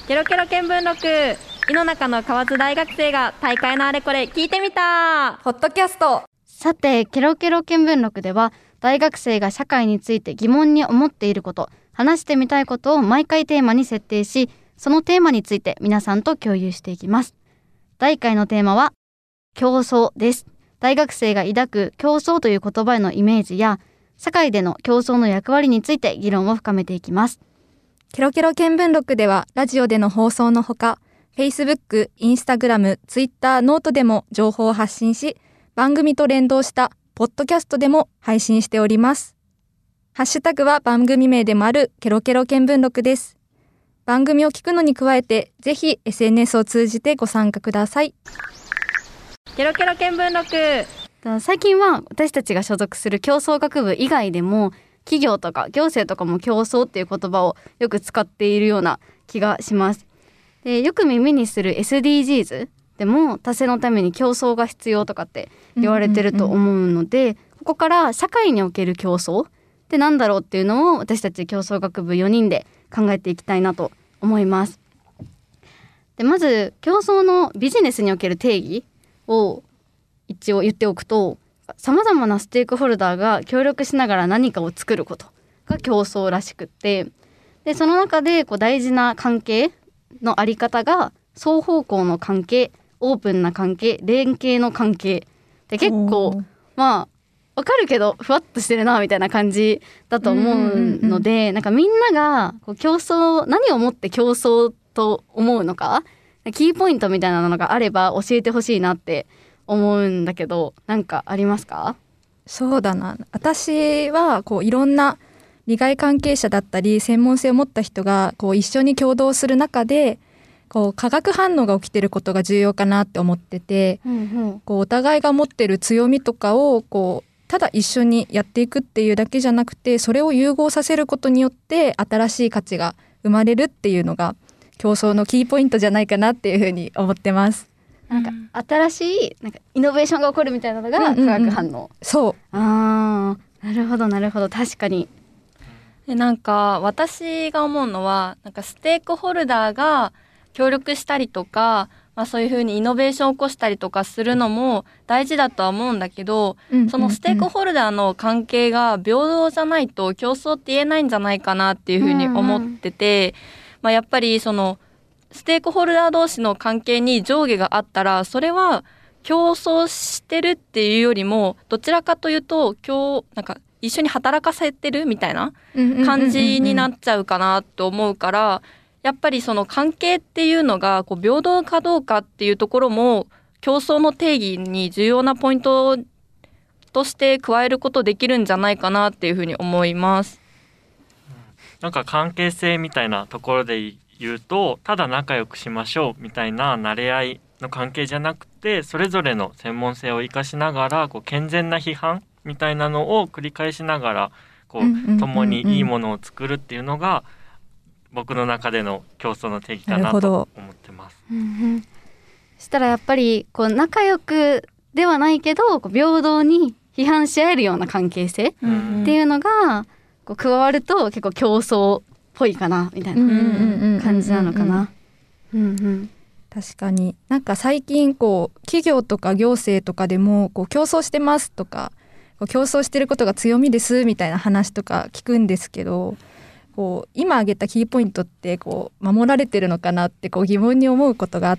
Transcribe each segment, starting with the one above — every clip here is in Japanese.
ケロケロ見聞録、井の中の河津大学生が大会のあれこれ聞いてみたポッドキャスト。 さて、ケロケロ見聞録では大学生が社会について疑問に思っていること、話してみたいことを毎回テーマに設定し、そのテーマについて皆さんと共有していきます。第1回のテーマは競争です。大学生が抱く競争という言葉へのイメージや社会での競争の役割について議論を深めていきます。 ケロケロ見聞録ではラジオでの放送のほか、Facebook、Instagram、Twitter、ノートでも情報を発信し、番組と連動したポッドキャストでも配信しております。ハッシュタグは番組名でもあるケロケロ見聞録です。番組を聞くのに加えて、ぜひ SNS を通じてご参加ください。 ケロケロ見聞録。 最近は私たちが所属する競争学部以外でも企業とか行政とかも競争っていう言葉をよく使っているような気がします。で、よく耳にする SDGs でも達成のために競争が必要とかって言われてると思うので、ここから社会における競争ってなんだろうっていうのを私たち競争学部4人で考えていきたいなと思います。で、まず競争のビジネスにおける定義を一応言っておくと、さまざまなステークホルダーが協力しながら何かを作ることが競争らしくって、でその中で大事な関係のあり方が双方向の関係、オープンな関係、連携の関係で、結構わかるけどふわっとしてるなみたいな感じだと思うので、なんかみんなが競争、何をもって競争と思うのか、キーポイントみたいなのがあれば教えてほしいなって思うんだけど、なんかありますか？ そうだな、私はいろんな利害関係者だったり専門性を持った人が一緒に共同する中で化学反応が起きてることが重要かなって思ってて、お互いが持ってる強みとかをただ一緒にやっていくっていうだけじゃなくて、それを融合させることによって新しい価値が生まれるっていうのが競争のキーポイントじゃないかなっていうふうに思ってます。 なんか新しいイノベーションが起こるみたいなのが化学反応。 そう。 なるほどなるほど、確かに。 で、なんか私が思うのは、ステークホルダーが協力したりとか、そういう風にイノベーションを起こしたりとかするのも大事だとは思うんだけど、そのステークホルダーの関係が平等じゃないと競争って言えないんじゃないかなっていう風に思ってて、やっぱりそのステークホルダー同士の関係に上下があったら、それは競争してるっていうよりもどちらかというと一緒に働かせてるみたいな感じになっちゃうかなと思うから、やっぱりその関係っていうのが平等かどうかっていうところも競争の定義に重要なポイントとして加えることできるんじゃないかなっていうふうに思います。 なんか関係性みたいなところで言うと、ただ仲良くしましょうみたいな慣れ合いの関係じゃなくて、それぞれの専門性を生かしながら健全な批判みたいなのを繰り返しながら共にいいものを作るっていうのが僕の中での競争の定義かなと思ってます。 そしたらやっぱり仲良くではないけど平等に批判し合えるような関係性っていうのが加わると結構競争っぽいかなみたいな感じなのかな。 確かに最近企業とか行政とかでも競争してますとか競争してることが強みですみたいな話とか聞くんですけど、今挙げたキーポイントって守られてるのかなって疑問に思うことがあって、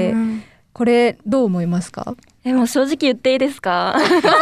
これどう思いますか？ もう正直言っていいですか？ どうぞ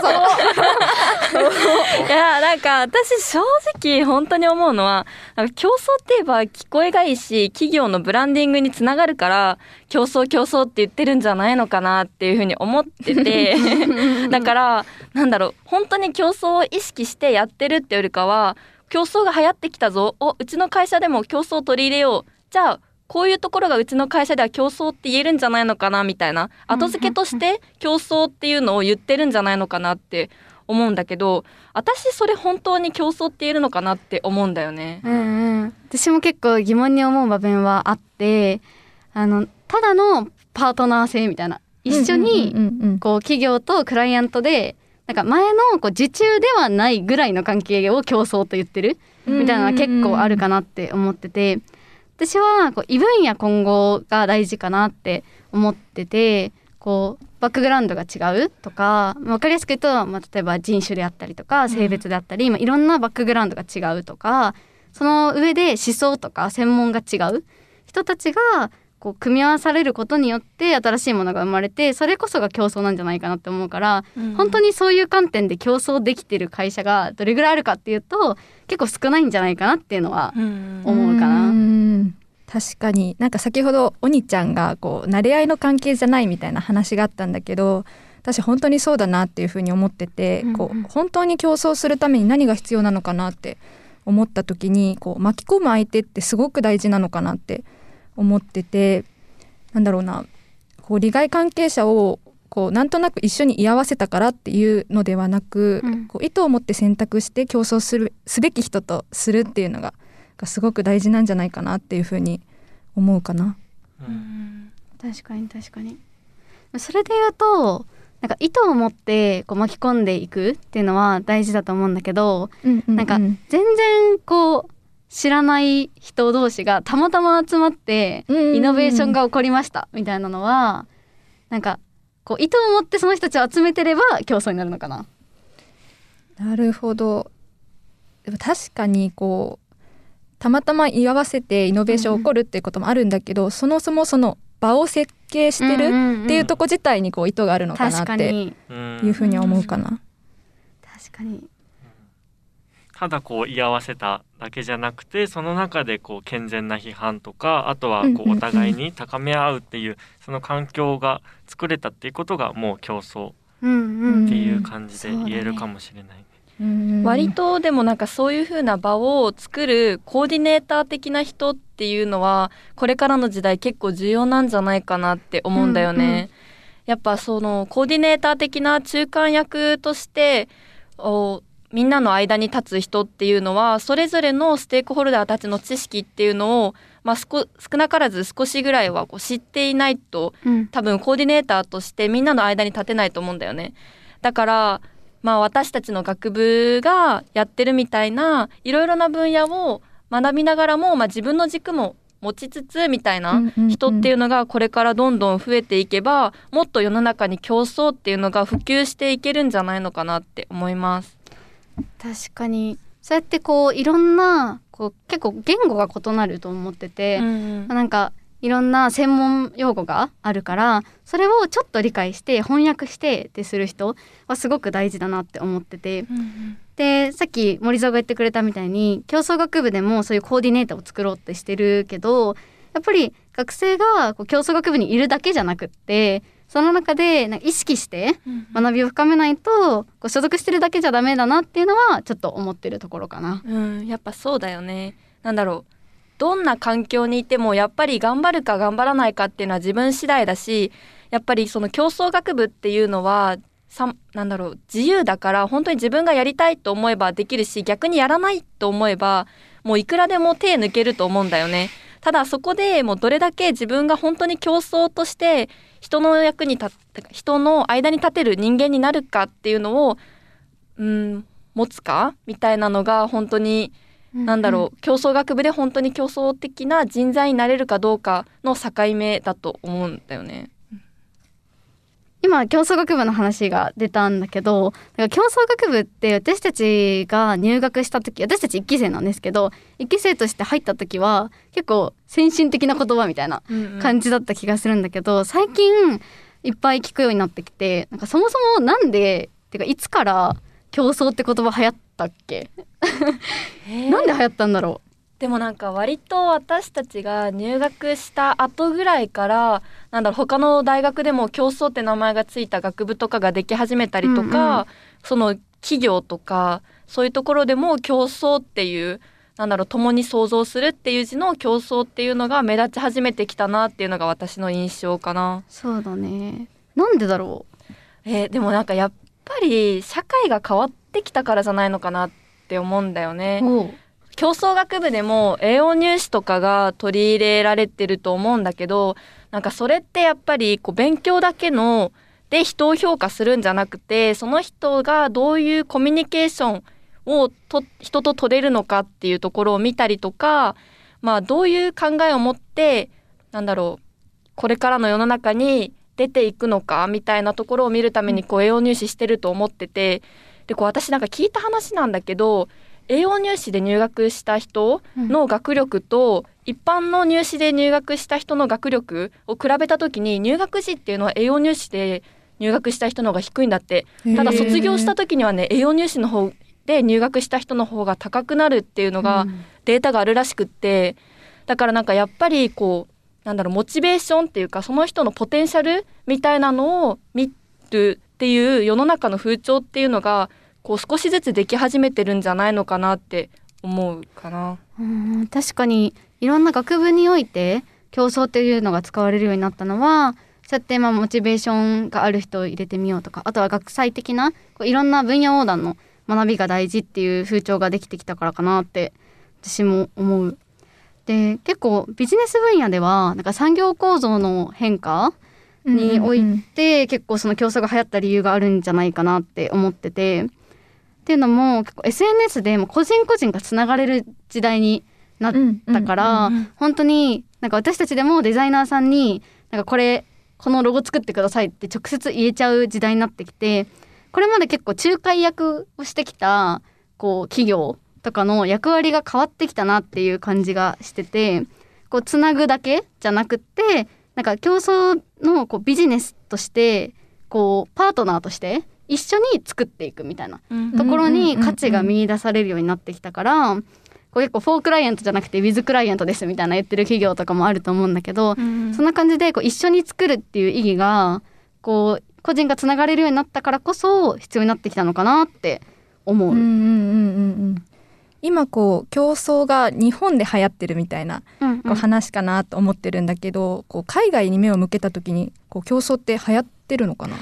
いや、私正直本当に思うのは、競争って言えば聞こえがいいし、企業のブランディングにつながるから競争って言ってるんじゃないのかなっていうふうに思っててだから本当に競争を意識してやってるってよりかは、競争が流行ってきたぞ、うちの会社でも競争を取り入れよう、じゃあこういうところがうちの会社では競争って言えるんじゃないのかなみたいな、後付けとして競争っていうのを言ってるんじゃないのかなって思うんだけど、私それ本当に競争って言えるのかなって思うんだよね。 私も結構疑問に思う場面はあって、ただのパートナー性みたいな、一緒に企業とクライアントで前の受注ではないぐらいの関係を競争と言ってるみたいなのは結構あるかなって思ってて、 私はこう異分野混合が大事かなって思ってて、こうバックグラウンドが違うとか、分かりやすく言うと、例えば人種であったりとか性別であったり、いろんなバックグラウンドが違うとか、その上で思想とか専門が違う人たちがこう組み合わされることによって新しいものが生まれて、それこそが競争なんじゃないかなって思うから、本当にそういう観点で競争できてる会社がどれぐらいあるかっていうと結構少ないんじゃないかなっていうのは思うかな。 確かになんか先ほどおにちゃんがこう慣れ合いの関係じゃないみたいな話があったんだけど、私本当にそうだなっていうふうに思ってて、こう本当に競争するために何が必要なのかなって思った時に、こう巻き込む相手ってすごく大事なのかなって思ってて、なんだろうな、こう利害関係者をこうなんとなく一緒に居合わせたからっていうのではなく、こう意図を持って選択して競争すべき人とするっていうのがすごく大事なんじゃないかなっていうふうに思うかな。 確かに確かに。それで言うとなんか意図を持ってこう巻き込んでいくっていうのは大事だと思うんだけど、なんか全然こう知らない人同士がたまたま集まってイノベーションが起こりましたみたいなのは、なんかこう意図を持ってその人たちを集めてれば競争になるのかな。 なるほど。でも確かにこうたまたま居合わせてイノベーション起こるっていうこともあるんだけど、そもそもその場を設計してるっていうとこ自体にこう意図があるのかなっていうふうには思うかな。 確かに。 ただこう居合わせただけじゃなくて、その中でこう健全な批判とか、あとはこうお互いに高め合うっていうその環境が作れたっていうことがもう競争っていう感じで言えるかもしれない。 割とでもなんかそういう風な場を作るコーディネーター的な人っていうのはこれからの時代結構重要なんじゃないかなって思うんだよね。やっぱそのコーディネーター的な中間役としてみんなの間に立つ人っていうのはそれぞれのステークホルダーたちの知識っていうのを、少なからず少しぐらいはこう知っていないと、多分コーディネーターとしてみんなの間に立てないと思うんだよね。だから私たちの学部がやってるみたいないろいろな分野を学びながらも、自分の軸も持ちつつみたいな人っていうのがこれからどんどん増えていけば、もっと世の中に競争っていうのが普及していけるんじゃないのかなって思います。 確かにそうやってこういろんなこう結構言語が異なると思ってて、なんかいろんな専門用語があるから、それをちょっと理解して翻訳してってする人はすごく大事だなって思ってて、でさっき森蔵が言ってくれたみたいに競争学部でもそういうコーディネーターを作ろうってしてるけど、やっぱり学生がこう競争学部にいるだけじゃなくって、その中で意識して学びを深めないと、こう所属してるだけじゃダメだなっていうのはちょっと思ってるところかな。 やっぱそうだよね。なんだろう、どんな環境にいてもやっぱり頑張るか頑張らないかっていうのは自分次第だし、やっぱりその競争学部っていうのは自由だから、本当に自分がやりたいと思えばできるし、逆にやらないと思えばもういくらでも手抜けると思うんだよね。ただそこでもうどれだけ自分が本当に競争として人の間に立てる人間になるかっていうのを持つかみたいなのが本当に競争学部で本当に競争的な人材になれるかどうかの境目だと思うんだよね。 今競争学部の話が出たんだけど、競争学部って私たちが入学した時、私たち1期生なんですけど、1期生として入った時は結構先進的な言葉みたいな感じだった気がするんだけど、最近いっぱい聞くようになってきて、なんかそもそもいつから競争って言葉流行ったっけなんで流行ったんだろう。 でもなんか割と私たちが入学した後ぐらいから他の大学でも競争って名前がついた学部とかができ始めたりとか、その企業とかそういうところでも競争っていう共に創造するっていう字の競争っていうのが目立ち始めてきたなっていうのが私の印象かな。 そうだね。なんでだろう。でもなんかやっぱり社会が変わってきたからじゃないのかなって思うんだよね。競争学部でも栄養入試とかが取り入れられてると思うんだけど、なんかそれってやっぱり勉強だけで人を評価するんじゃなくて、その人がどういうコミュニケーションを人と取れるのかっていうところを見たりとか、 どういう考えを持ってこれからの世の中に出ていくのかみたいなところを見るために栄養入試してると思ってて、で私聞いた話なんだけど、栄養入試で入学した人の学力と一般の入試で入学した人の学力を比べた時に、入学時っていうのは栄養入試で入学した人の方が低いんだって。ただ卒業した時にはね、栄養入試の方で入学した人の方が高くなるっていうのがデータがあるらしくって、だからやっぱりモチベーションっていうか、その人のポテンシャルみたいなのを見るっていう世の中の風潮っていうのが少しずつでき始めてるんじゃないのかなって思うかな。 確かにいろんな学部において競争っていうのが使われるようになったのは、そうやってモチベーションがある人を入れてみようとか、あとは学際的ないろんな分野横断の学びが大事っていう風潮ができてきたからかなって私も思う。で、結構ビジネス分野では産業構造の変化において結構その競争が流行った理由があるんじゃないかなって思ってて、っていうのも結構 SNS でも個人個人がつながれる時代になったから、本当に私たちでもデザイナーさんにこのロゴ作ってくださいって直接言えちゃう時代になってきて、これまで結構仲介役をしてきた企業とかの役割が変わってきたなっていう感じがしてて、つなぐだけじゃなくって競争のビジネスとしてパートナーとして一緒に作っていくみたいなところに価値が見出されるようになってきたから、結構フォークライアントじゃなくてウィズクライアントですみたいな言ってる企業とかもあると思うんだけど、そんな感じで一緒に作るっていう意義が個人がつながれるようになったからこそ必要になってきたのかなって思う。 今競争が日本で流行ってるみたいな話かなと思ってるんだけど、海外に目を向けた時に競争って流行ってるのかな。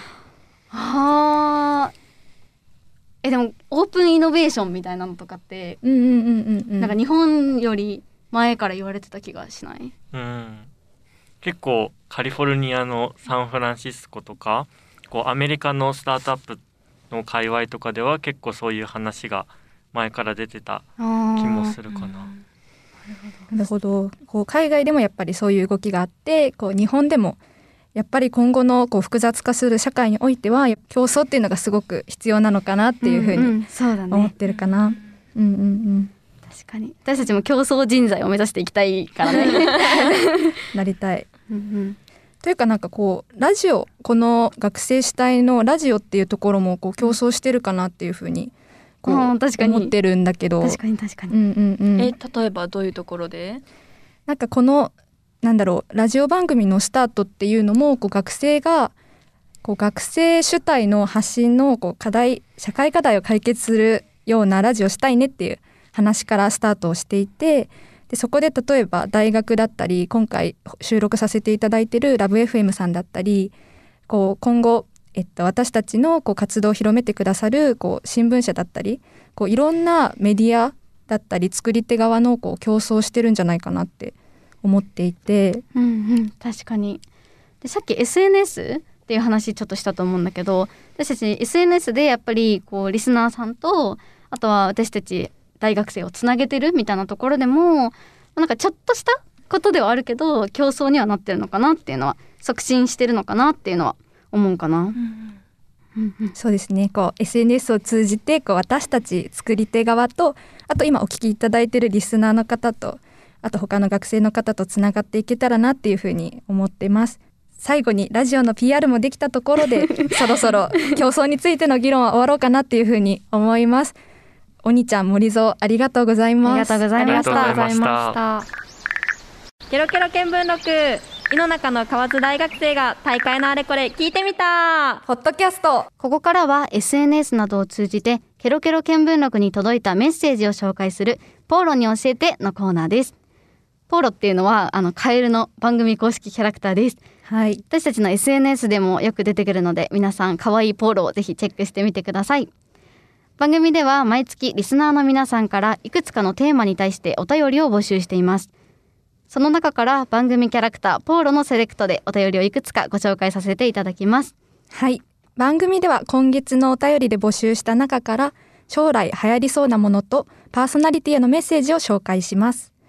でもオープンイノベーションみたいなのとかって日本より前から言われてた気がしない？ 結構カリフォルニアのサンフランシスコとかアメリカのスタートアップの界隈とかでは結構そういう話が前から出てた気もするかな。 なるほど。海外でもやっぱりそういう動きがあって、日本でもやっぱり今後の複雑化する社会においては競争っていうのがすごく必要なのかなっていうふうに思ってるかな。 確かに私たちも競争人材を目指していきたいからねなりたい。というかラジオ、この学生主体のラジオっていうところも競争してるかなっていうふうに思ってるんだけど。 確かに。 例えばどういうところで？ このラジオ番組のスタートっていうのも学生が学生主体の発信の社会課題を解決するようなラジオしたいねっていう話からスタートをしていて、でそこで例えば大学だったり、今回収録させていただいているラブ FM さんだったり、今後、私たちの活動を広めてくださる新聞社だったり、いろんなメディアだったり作り手側の競争してるんじゃないかなって思っていて、 確かに。でさっき SNS っていう話ちょっとしたと思うんだけど、私たち SNS でやっぱりリスナーさんと、あとは私たち大学生をつなげてるみたいなところでもちょっとしたことではあるけど競争にはなってるのかなっていうのは、促進してるのかなっていうのは思うかな。 そうですね。SNS を通じて私たち作り手側と、あと今お聞きいただいているリスナーの方と、あと他の学生の方とつながっていけたらなっていうふうに思ってます。最後にラジオの PR もできたところでそろそろ競争についての議論は終わろうかなっていうふうに思います。おにちゃん、森蔵、ありがとうございます。 ありがとうございました。 ありがとうございました。ケロケロ見聞録、井の中の河津大学生が大会のあれこれ聞いてみたポッドキャスト。 ここからは SNS などを通じてケロケロ見聞録に届いたメッセージを紹介するポーロに教えてのコーナーです。ポーロっていうのはカエルの番組公式キャラクターです。 はい。 私たちの SNS でもよく出てくるので、皆さん可愛いポーロをぜひチェックしてみてください。番組では毎月リスナーの皆さんからいくつかのテーマに対してお便りを募集しています。その中から番組キャラクターポーロのセレクトでお便りをいくつかご紹介させていただきます。 はい。番組では今月のお便りで募集した中から将来流行りそうなものとパーソナリティへのメッセージを紹介します。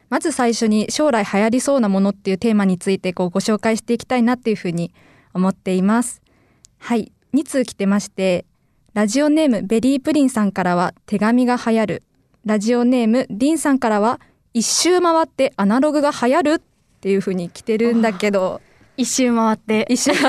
まず最初に将来流行りそうなものっていうテーマについてご紹介していきたいなっていうふうに思っています。はい、2通来てまして、ラジオネームベリープリンさんからは手紙が流行る、ラジオネームディンさんからは一周回ってアナログが流行るっていうふうに来てるんだけど、 一周回って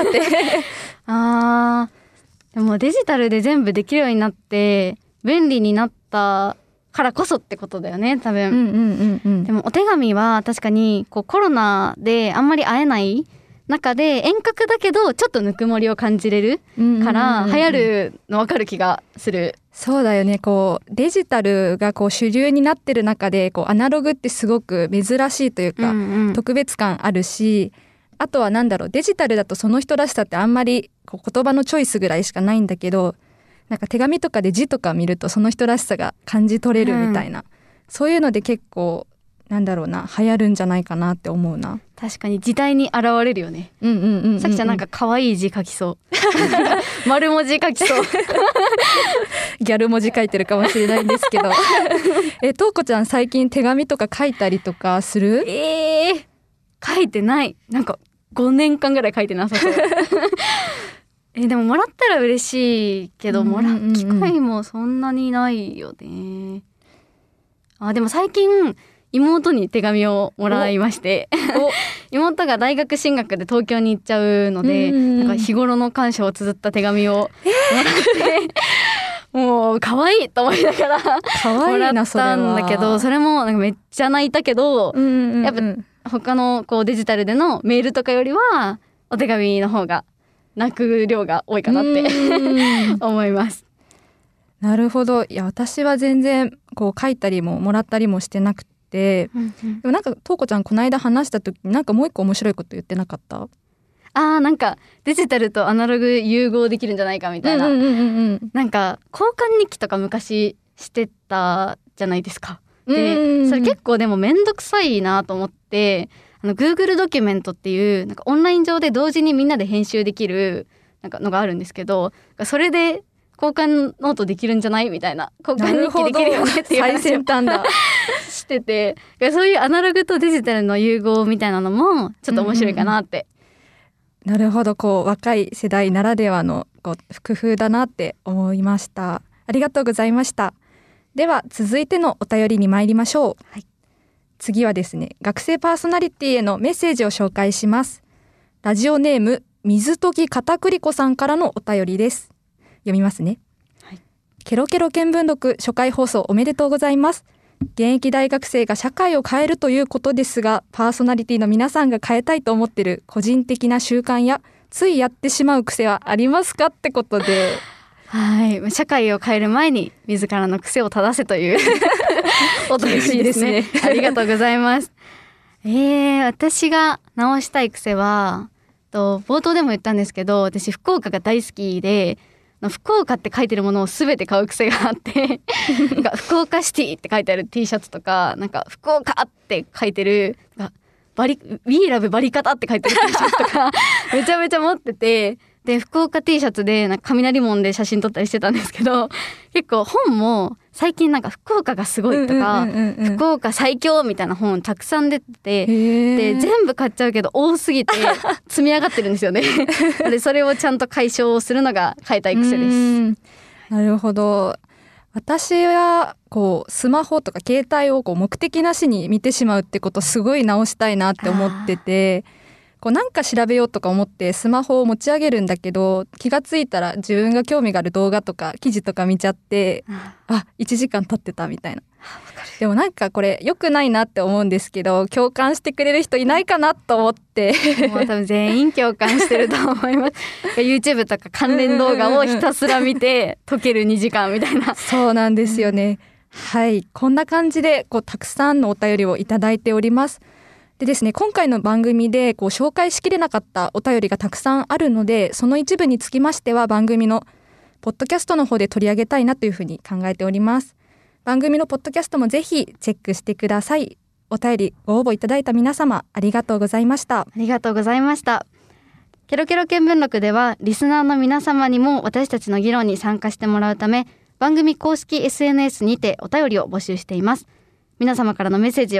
でもデジタルで全部できるようになって便利になったからこそってことだよね、多分。でもお手紙は確かにコロナであんまり会えない中で遠隔だけどちょっとぬくもりを感じれるから流行るの分かる気がする。 そうだよね。デジタルが主流になってる中でアナログってすごく珍しいというか、特別感あるし、あとはデジタルだとその人らしさってあんまり言葉のチョイスぐらいしかないんだけど、手紙とかで字とか見るとその人らしさが感じ取れるみたいな、そういうので結構流行るんじゃないかなって思うな。 確かに時代に現れるよね。さきちゃん可愛い字書きそう丸文字書きそうギャル文字書いてるかもしれないんですけどとうこちゃん最近手紙とか書いたりとかする？ 書いてない。5年間ぐらい書いてなさそうでももらったら嬉しいけど、もらう機会もそんなにないよね。でも最近妹に手紙をもらいまして妹が大学進学で東京に行っちゃうので、日頃の感謝を綴った手紙をもらってもう可愛いと思いながらもらったんだけど、それもめっちゃ泣いたけど、やっぱ他のデジタルでのメールとかよりはお手紙の方が泣く量が多いかなって思います。 なるほど。いや、私は全然書いたりももらったりもしてなくて、でもとうこちゃんこの間話した時にもう一個面白いこと言ってなかった？ デジタルとアナログ融合できるんじゃないかみたいな、交換日記とか昔してたじゃないですか。でそれ結構でもめんどくさいなと思って、Google ドキュメントっていうオンライン上で同時にみんなで編集できるのがあるんですけど、それで交換ノートできるんじゃないみたいな、交換日記できるよねっていう話を最先端だしてて、そういうアナログとデジタルの融合みたいなのもちょっと面白いかなって、 なるほど。若い世代ならではの工夫だなって思いました。ありがとうございました。では続いてのお便りに参りましょう。次はですね、学生パーソナリティへのメッセージを紹介します。ラジオネーム水溶き片栗粉さんからのお便りです。読みますね。ケロケロ見聞録初回放送おめでとうございます。現役大学生が社会を変えるということですが、パーソナリティの皆さんが変えたいと思っている個人的な習慣やついやってしまう癖はありますかってことで、 社会を変える前に自らの癖を正せというお便りですね。ありがとうございます。私が直したい癖は冒頭でも言ったんですけど、私福岡が大好きで、福岡って書いてるものを全て買う癖があって福岡シティって書いてある T シャツとか、福岡って書いてるWe love バリカタって書いてる T シャツとかめちゃめちゃ持ってて、で福岡 T シャツで雷門で写真撮ったりしてたんですけど、結構本も最近福岡がすごいとか、福岡最強みたいな本たくさん出てて、で全部買っちゃうけど多すぎて積み上がってるんですよねでそれをちゃんと解消するのが変えたい癖です。 なるほど。私はスマホとか携帯を目的なしに見てしまうってことすごい直したいなって思ってて、なんか調べようとか思ってスマホを持ち上げるんだけど、気がついたら自分が興味がある動画とか記事とか見ちゃって、1時間経ってたみたいな。でもこれ良くないなって思うんですけど、共感してくれる人いないかなと思ってもう多分全員共感してると思いますYouTube とか関連動画をひたすら見て解ける2時間みたいなそうなんですよね。こんな感じでたくさんのお便りをいただいております。でですね、今回の番組で紹介しきれなかったお便りがたくさんあるので、その一部につきましては番組のポッドキャストの方で取り上げたいなというふうに考えております。番組のポッドキャストもぜひチェックしてください。お便りご応募いただいた皆様ありがとうございました。 ありがとうございました。ケロケロ見聞録ではリスナーの皆様にも私たちの議論に参加してもらうため、番組公式 SNS にてお便りを募集しています。皆様からのメッセージを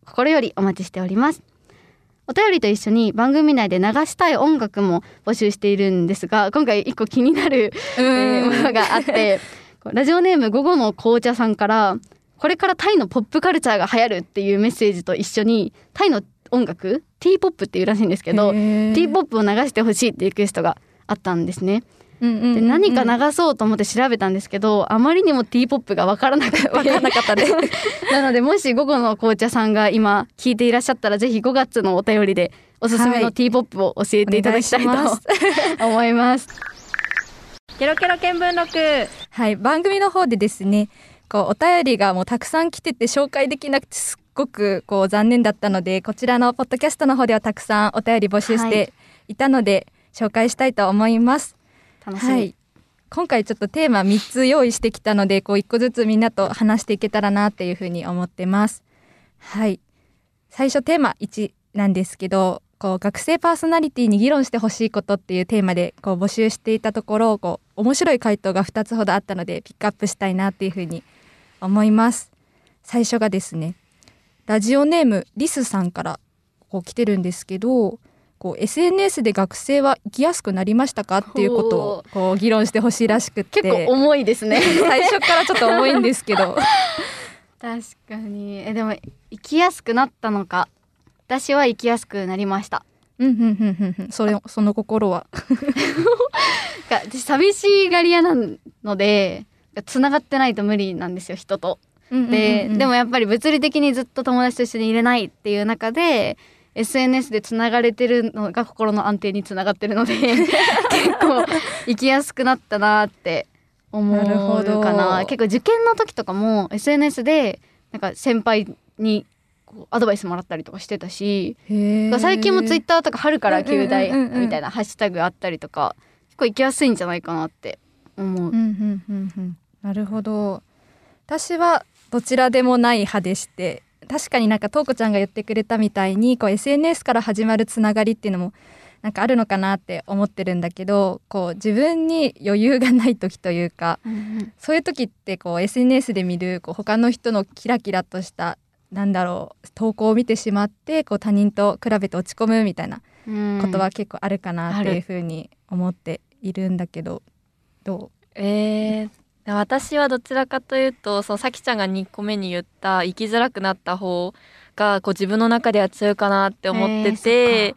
心よりお待ちしております。お便りと一緒に番組内で流したい音楽も募集しているんですが、今回一個気になる、ものがあってラジオネーム午後の紅茶さんから、これからタイのポップカルチャーが流行るっていうメッセージと一緒にタイの音楽 T-POP っていうらしいんですけど T-POP を流してほしいっていうリクエストがあったんですね。で何か流そうと思って調べたんですけど、あまりにも T-POP が分からなかったですなのでもし午後の紅茶さんが今聞いていらっしゃったら、ぜひ5月のお便りでおすすめの T-POP を教えていただきたいと、思います。 ケロケロ見聞録。 はい、番組の方でですね、お便りがもうたくさん来てて紹介できなくてすっごく残念だったので、こちらのポッドキャストの方ではたくさんお便り募集していたので、紹介したいと思います。 楽しみ。 はい、今回ちょっとテーマ3つ用意してきたので、1個ずつみんなと話していけたらなっていうふうに思ってます。はい、最初テーマ1なんですけど、学生パーソナリティに議論してほしいことっていうテーマで募集していたところ、面白い回答が2つほどあったのでピックアップしたいなっていうふうに思います。最初がですね、ラジオネームリスさんから来てるんですけど、SNS で学生は生きやすくなりましたかっていうことを議論してほしいらしくって、 結構重いですね最初からちょっと重いんですけど確かに。でも生きやすくなったのか。私は生きやすくなりました。 その心は私寂しがり屋なのでつながってないと無理なんですよ、人と。でもやっぱり物理的にずっと友達と一緒にいれないっていう中で SNS でつながれてるのが心の安定につながってるので結構生きやすくなったなって思うかな。結構受験の時とかも SNS でなんか先輩にアドバイスもらったりとかしてたし、最近もツイッターとか春から9代みたいなハッシュタグあったりとか、結構生きやすいんじゃないかなって思う。 なるほど。私はどちらでもない派でして、確かになんかトーコちゃんが言ってくれたみたいにSNS から始まるつながりっていうのもなんかあるのかなって思ってるんだけど、自分に余裕がない時というか、そういう時ってSNS で見る他の人のキラキラとした投稿を見てしまって他人と比べて落ち込むみたいなことは結構あるかなっていうふうに思っているんだけど、どう？ 私はどちらかというと、さきちゃんが2個目に言った生きづらくなった方が自分の中では強いかなって思ってて、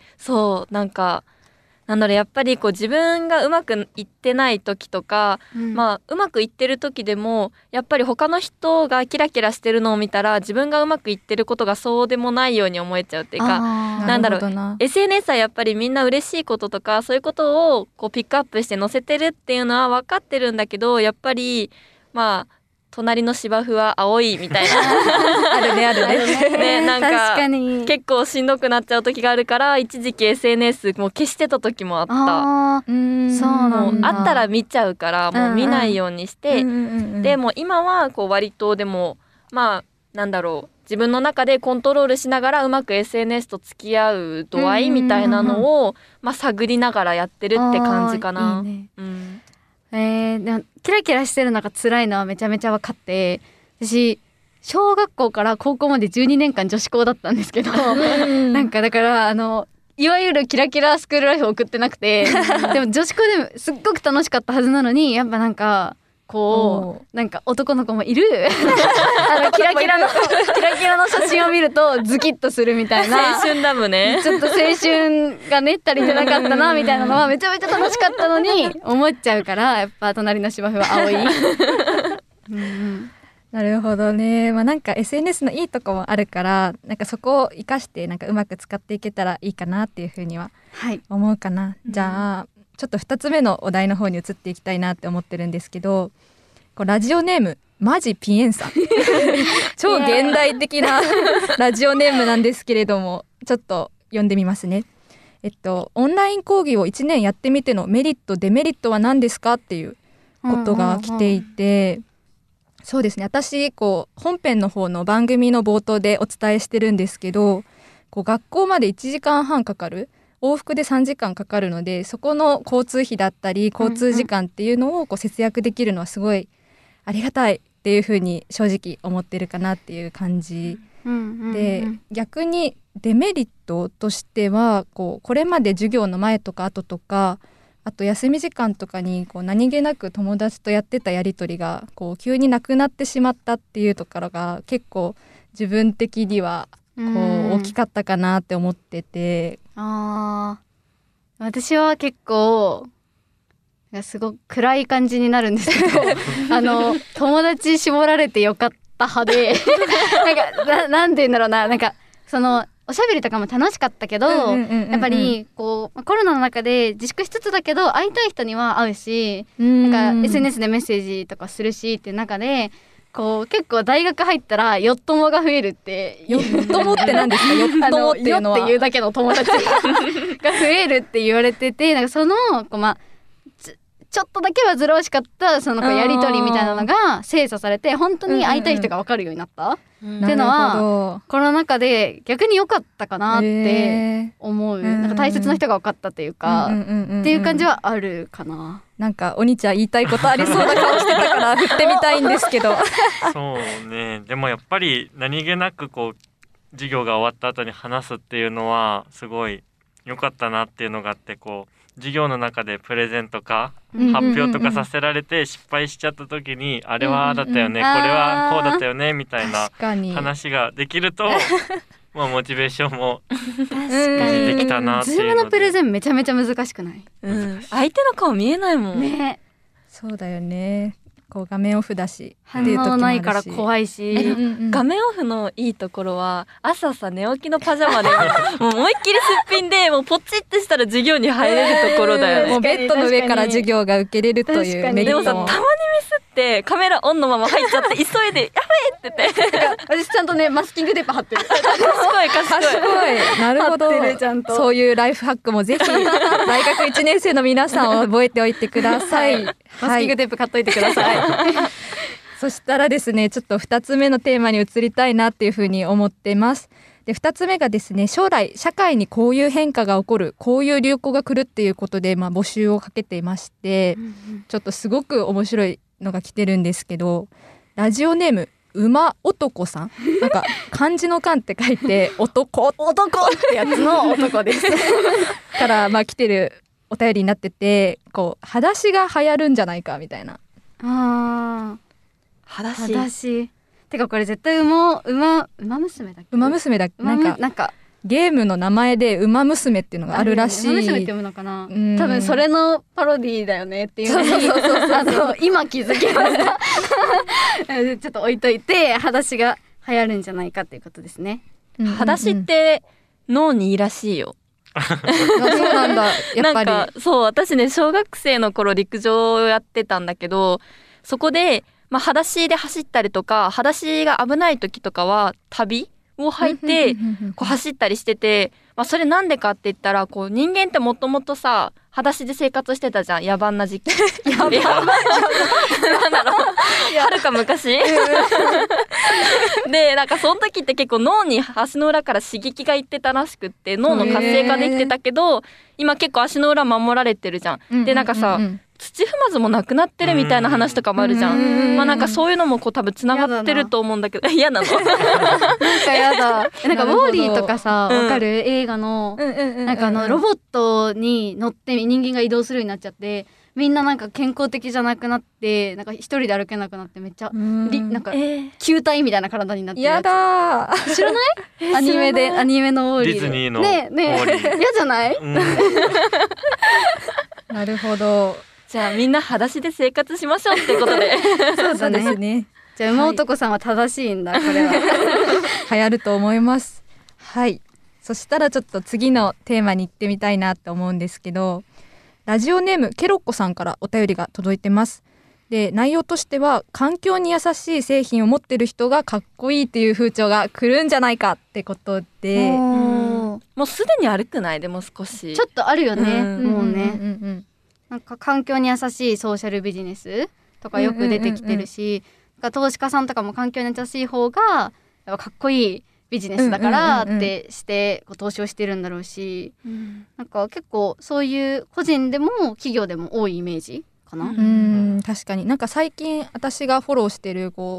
やっぱり自分がうまくいってない時とか、うまくいってる時でもやっぱり他の人がキラキラしてるのを見たら自分がうまくいってることがそうでもないように思えちゃうっていうか、SNS はやっぱりみんな嬉しいこととかそういうことをピックアップして載せてるっていうのは分かってるんだけど、やっぱり隣の芝生は青いみたいなあるねなんか確かに結構しんどくなっちゃう時があるから、一時期 SNS もう消してた時もあった。 そうなんだ。 あったら見ちゃうからもう見ないようにして、でも今は割とでも自分の中でコントロールしながらうまく SNS と付き合う度合いみたいなのを探りながらやってるって感じかな。 いいね。でもキラキラしてるのが辛いのはめちゃめちゃ分かって、私小学校から高校まで12年間女子校だったんですけどなんかだからいわゆるキラキラスクールライフを送ってなくてでも女子校ですっごく楽しかったはずなのに、やっぱなんか男の子もいるキラキラの写真を見るとズキッとするみたいな青春ダムね。 ちょっと青春がね足りてなかったなみたいなのはめちゃめちゃ楽しかったのに思っちゃうから、やっぱ隣の芝生は青いなるほどね。SNS のいいとこもあるから、そこを生かしてうまく使っていけたらいいかなっていうふうには思うかな。じゃあちょっと2つ目のお題の方に移っていきたいなって思ってるんですけど、ラジオネームマジピエンさん超現代的なラジオネームなんですけれども、ちょっと読んでみますね。オンライン講義を1年やってみてのメリットデメリットは何ですかっていうことが来ていて、そうですね、私本編の方の番組の冒頭でお伝えしてるんですけど、学校まで1時間半かかる、往復で3時間かかるので、そこの交通費だったり交通時間っていうのを節約できるのはすごいありがたいっていうふうに正直思ってるかなっていう感じで逆にデメリットとしてはこれまで授業の前とか後とかあと休み時間とかに何気なく友達とやってたやり取りが急になくなってしまったっていうところが結構自分的には大きかったかなって思ってて、 私は結構すごく暗い感じになるんですけど友達絞られてよかった派でなんて言うんだろうな、そのおしゃべりとかも楽しかったけど、やっぱりコロナの中で自粛しつつだけど会いたい人には会うし、SNS でメッセージとかするしっていう中で結構大学入ったらヨットモが増えるってヨットモって何ですか？ヨットモっていうのはヨっていうだけの友達が増えるって言われてて、そのちょっとだけ煩わしかったそのやり取りみたいなのが精査されて本当に会いたい人が分かるようになった、っていうのはコロナ禍で逆に良かったかなって思う、大切な人が分かったというか、っていう感じはあるかな。 お兄ちゃん言いたいことありそうな顔してたから振ってみたいんですけどそうね、でもやっぱり何気なく授業が終わった後に話すっていうのはすごい良かったなっていうのがあって、授業の中でプレゼンとか発表とかさせられて失敗しちゃった時に、あれはああだったよね、これはこうだったよねみたいな話ができるとモチベーションも維持できたなっていうので。 ズームのプレゼンめちゃめちゃ難しくない？ 相手の顔見えないもんね。 そうだよね。画面オフだし反応ないから怖いし、 画面オフのいいところは朝寝起きのパジャマでもう思いっきりすっぴんでもうポチってしたら授業に入れるところだよね。 もうベッドの上から授業が受けれるというメリットも。 でもたまにミスってカメラオンのまま入っちゃって急いでやべえって言って私ちゃんとねマスキングテープ貼ってる。 賢いなるほど。そういうライフハックもぜひ大学1年生の皆さん覚えておいてください。 マスキングテープ買っといてください。 そしたらですね、ちょっと2つ目のテーマに移りたいなっていうふうに思ってます。で、2つ目がですね、将来社会にこういう変化が起こる、こういう流行が来るっていうことで、募集をかけていまして、ちょっとすごく面白いのが来てるんですけど、ラジオネーム馬男さん、漢字の漢って書いて男ってやつの男ですから来てるお便りになってて、裸足が流行るんじゃないかみたいな。 裸足てかこれ絶対馬娘だっけ？ 馬娘だっけ？なんかゲームの名前で馬娘っていうのがあるらしい。 馬娘って読むのかな？多分それのパロディーだよねっていうのに今気づきましたちょっと置いといて裸足が流行るんじゃないかっていうことですね。 裸足って脳にいいらしいよ。 そうなんだ。やっぱりそう、私ね小学生の頃陸上をやってたんだけど、そこで裸足で走ったりとか裸足が危ない時とかは旅を履いて走ったりしてて、それなんでかって言ったら人間ってもともとさ裸足で生活してたじゃん、野蛮な時期野蛮なんだろうはるか昔でその時って結構脳に足の裏から刺激がいってたらしくって脳の活性化できてたけど、今結構足の裏守られてるじゃん。で土踏まずもなくなってるみたいな話とかもあるじゃん。そういうのも多分つながってると思うんだけど嫌なのやだウォーリーとかさ、わかる？映画のロボットに乗って人間が移動するようになっちゃって、みんな健康的じゃなくなって一人で歩けなくなってめっちゃ球体みたいな体になってるやつ。 やだ知らない？アニメのウォーリーディズニーのウォーリー嫌じゃない？ なるほど。 じゃあみんな裸足で生活しましょうってことでそうですね。 じゃあ馬男さんは正しいんだ、これは流行ると思います。はい。そしたらちょっと次のテーマに行ってみたいなって思うんですけど、ラジオネームケロッコさんからお便りが届いてます。で、内容としては環境に優しい製品を持ってる人がかっこいいっていう風潮が来るんじゃないかってことで、 もうすでに歩くない？でも少しちょっとあるよね、もうね。環境に優しいソーシャルビジネスとかよく出てきてるし、投資家さんとかも環境に優しい方がやっぱかっこいいビジネスだからってして投資をしてるんだろうし、結構そういう個人でも企業でも多いイメージかな。 確かに最近私がフォローしてる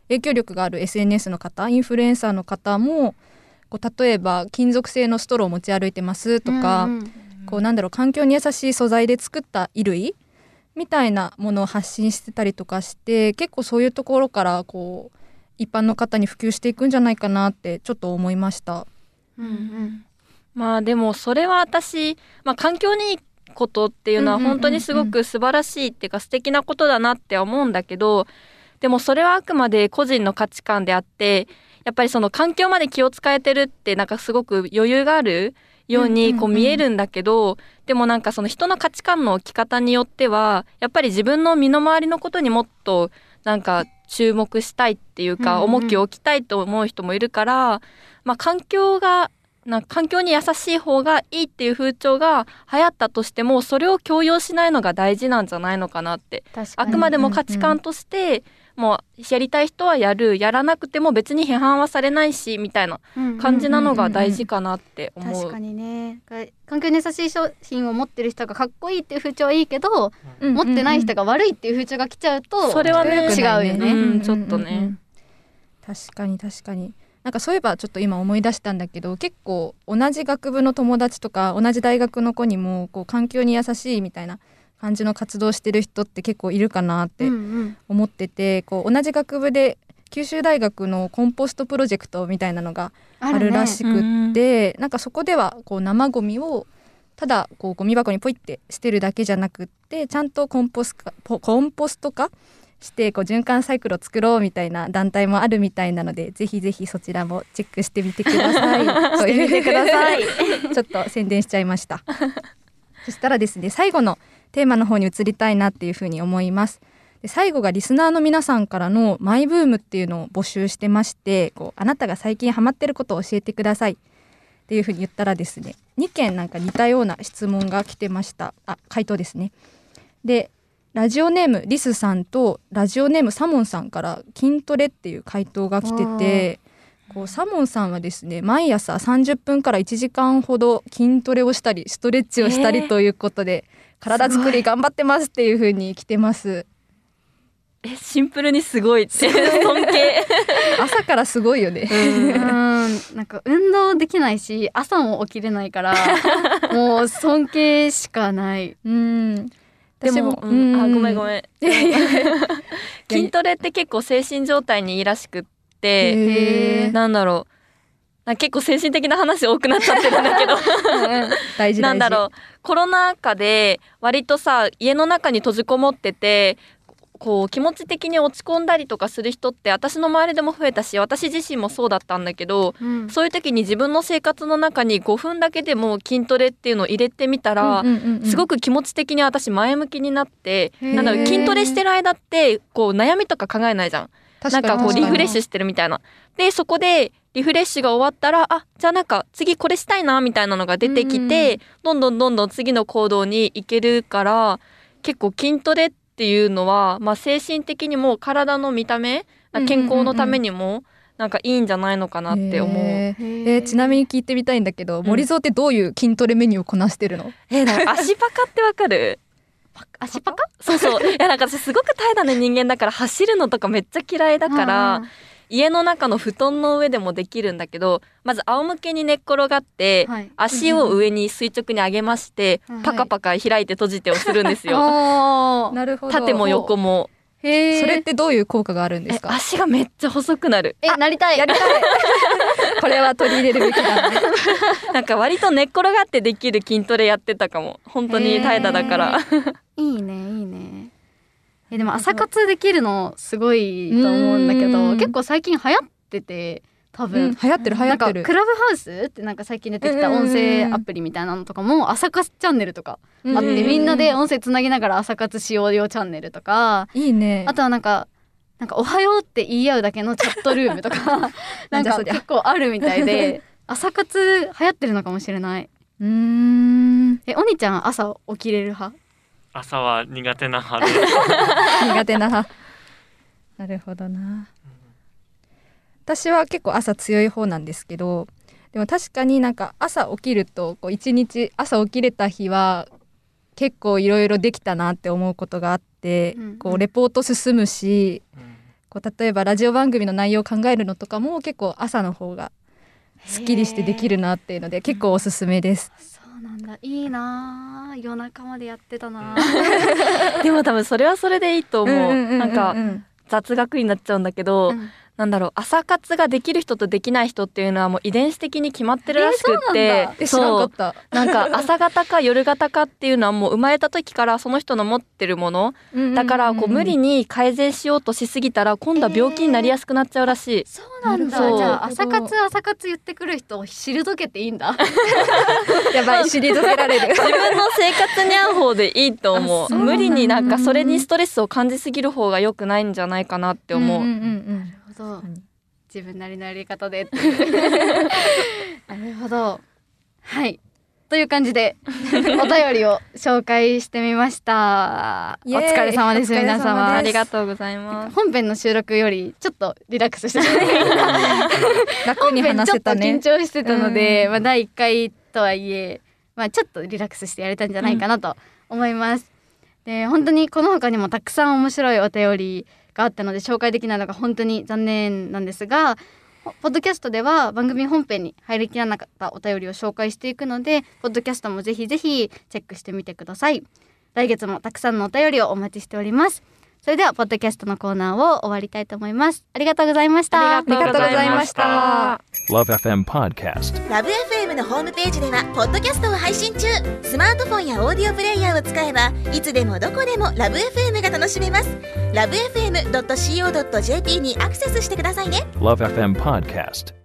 影響力がある SNS の方、インフルエンサーの方もこう例えば金属製のストローを持ち歩いてますとか、こうなんだろう、環境に優しい素材で作った衣類みたいなものを発信してたりとかして、結構そういうところからこう一般の方に普及していくんじゃないかなってちょっと思いました。 まあでもそれは私、環境にいいことっていうのは本当にすごく素晴らしいっていうか素敵なことだなって思うんだけど、でもそれはあくまで個人の価値観であって、やっぱりその環境まで気を使えてるってなんかすごく余裕があるようにこう見えるんだけど、でもなんかその人の価値観の置き方によってはやっぱり自分の身の回りのことにもっとなんか注目したいっていうか重きを置きたいと思う人もいるから、環境に優しい方がいいっていう風潮が流行ったとしても、それを強要しないのが大事なんじゃないのかなって。あくまでも価値観としてもうやりたい人はやる、やらなくても別に批判はされないしみたいな感じなのが大事かなって思う。 確かにね、環境に優しい商品を持ってる人がかっこいいっていう風潮はいいけど、持ってない人が悪いっていう風潮が来ちゃうとそれはね違うよね。 ちょっとね、 確かになんかそういえばちょっと今思い出したんだけど、結構同じ学部の友達とか同じ大学の子にもこう環境に優しいみたいな感じの活動してる人って結構いるかなって思ってて、こう同じ学部で九州大学のコンポストプロジェクトみたいなのがあるらしくって、なんかそこではこう生ゴミをただこうゴミ箱にポイって捨てるだけじゃなくって、ちゃんとコンポスト化してこう循環サイクルを作ろうみたいな団体もあるみたいなので、ぜひぜひそちらもチェックしてみてくださいしてみてくださいちょっと宣伝しちゃいましたそしたらですね、最後のテーマの方に移りたいなっていうふうに思います。で最後がリスナーの皆さんからのマイブームっていうのを募集してまして、こうあなたが最近ハマってることを教えてくださいっていうふうに言ったらですね、2件なんか似たような質問が来てました。回答ですね。でラジオネームリスさんとラジオネームサモンさんから筋トレっていう回答が来てて、こうサモンさんはですね、毎朝30分から1時間ほど筋トレをしたりストレッチをしたりということで、体作り頑張ってますっていう風に来てます。 シンプルにすごいって尊敬朝からすごいよねなんか運動できないし朝も起きれないからもう尊敬しかない。 でも、ごめん筋トレって結構精神状態にいいらしくって、なんだろう、結構精神的な話多くなっちゃってるんだけど大事なんだろう、コロナ禍で割とさ家の中に閉じこもっててこう気持ち的に落ち込んだりとかする人って私の周りでも増えたし、私自身もそうだったんだけど、そういう時に自分の生活の中に5分だけでも筋トレっていうのを入れてみたら、すごく気持ち的に私前向きになって、なんだろう、筋トレしてる間ってこう悩みとか考えないじゃん。なんかこうリフレッシュしてるみたいな。でそこでリフレッシュが終わったら、じゃあなんか次これしたいなみたいなのが出てきて、どんどん次の行動に行けるから、結構筋トレっていうのは、精神的にも体の見た目、健康のためにもなんかいいんじゃないのかなって思う。 ちなみに聞いてみたいんだけど、森蔵ってどういう筋トレメニューをこなしてるの？ 足パカってわかる？ 足パカ？ そういやなんか私すごく怠惰な人間だから走るのとかめっちゃ嫌いだから家の中の布団の上でもできるんだけど、まず仰向けに寝っ転がって、足を上に垂直に上げまして、パカパカ開いて閉じてをするんですよ。 なるほど。 縦も横も。 それってどういう効果があるんですか？ 足がめっちゃ細くなる。 なりたいこれは取り入れるべきだねなんか割と寝っ転がってできる筋トレやってたかも。本当に怠惰だからいいね。でも朝活できるのすごいと思うんだけど、結構最近流行ってて、多分、 流行ってるなんかクラブハウスってなんか最近出てきた音声アプリみたいなのとかも朝活チャンネルとかあって、みんなで音声つなぎながら朝活しようよチャンネルとか、 いいね。 あとはなんかおはようって言い合うだけのチャットルームとかなんか結構あるみたいで朝活流行ってるのかもしれない。おにちゃん朝起きれる派？ 朝は苦手な派苦手な派。なるほどな。私は結構朝強い方なんですけど、でも確かになんか朝起きるとこう一日朝起きれた日は結構いろいろできたなって思うことがあって、こうレポート進むし、 こう例えばラジオ番組の内容を考えるのとかも結構朝の方がすっきりしてできるなっていうので結構おすすめです。 そうなんだ、いいな、夜中までやってたなでも多分それはそれでいいと思う。なんかうん雑学になっちゃうんだけど、なんだろう、朝活ができる人とできない人っていうのはもう遺伝子的に決まってるらしくって知らんかった。 なんか朝型か夜型かっていうのはもう生まれた時からその人の持ってるものだからこう無理に改善しようとしすぎたら今度は病気になりやすくなっちゃうらしい。 そうなんだ。 そうじゃあ朝活言ってくる人を退けていいんだやばい、退けられる。 自分の生活に合う方でいいと思う。無理になんかそれにストレスを感じすぎる方が良くないんじゃないかなって思う。 なるほど、自分なりのやり方でなるほど。はい、という感じでお便りを紹介してみました。お疲れ様です。皆様ありがとうございます。 本編の収録よりちょっとリラックスして楽に話せたね。 本編ちょっと緊張してたので、第1回とはいえ、ちょっとリラックスしてやれたんじゃないかなと思います。で、本当にこの他にもたくさん面白いお便りがあったので紹介できないのが本当に残念なんですが、ポッドキャストでは番組本編に入りきらなかったお便りを紹介していくので、ポッドキャストもぜひぜひチェックしてみてください。来月もたくさんのお便りをお待ちしております。それではポッドキャストのコーナーを終わりたいと思います。ありがとうございました。 ありがとうございました。 LoveFM Podcast。 ラブ FM のホームページではポッドキャストを配信中。スマートフォンやオーディオプレイヤーを使えばいつでもどこでもラブ FM が楽しめます。ラブ FM.co.jp にアクセスしてくださいね。 LoveFM Podcast。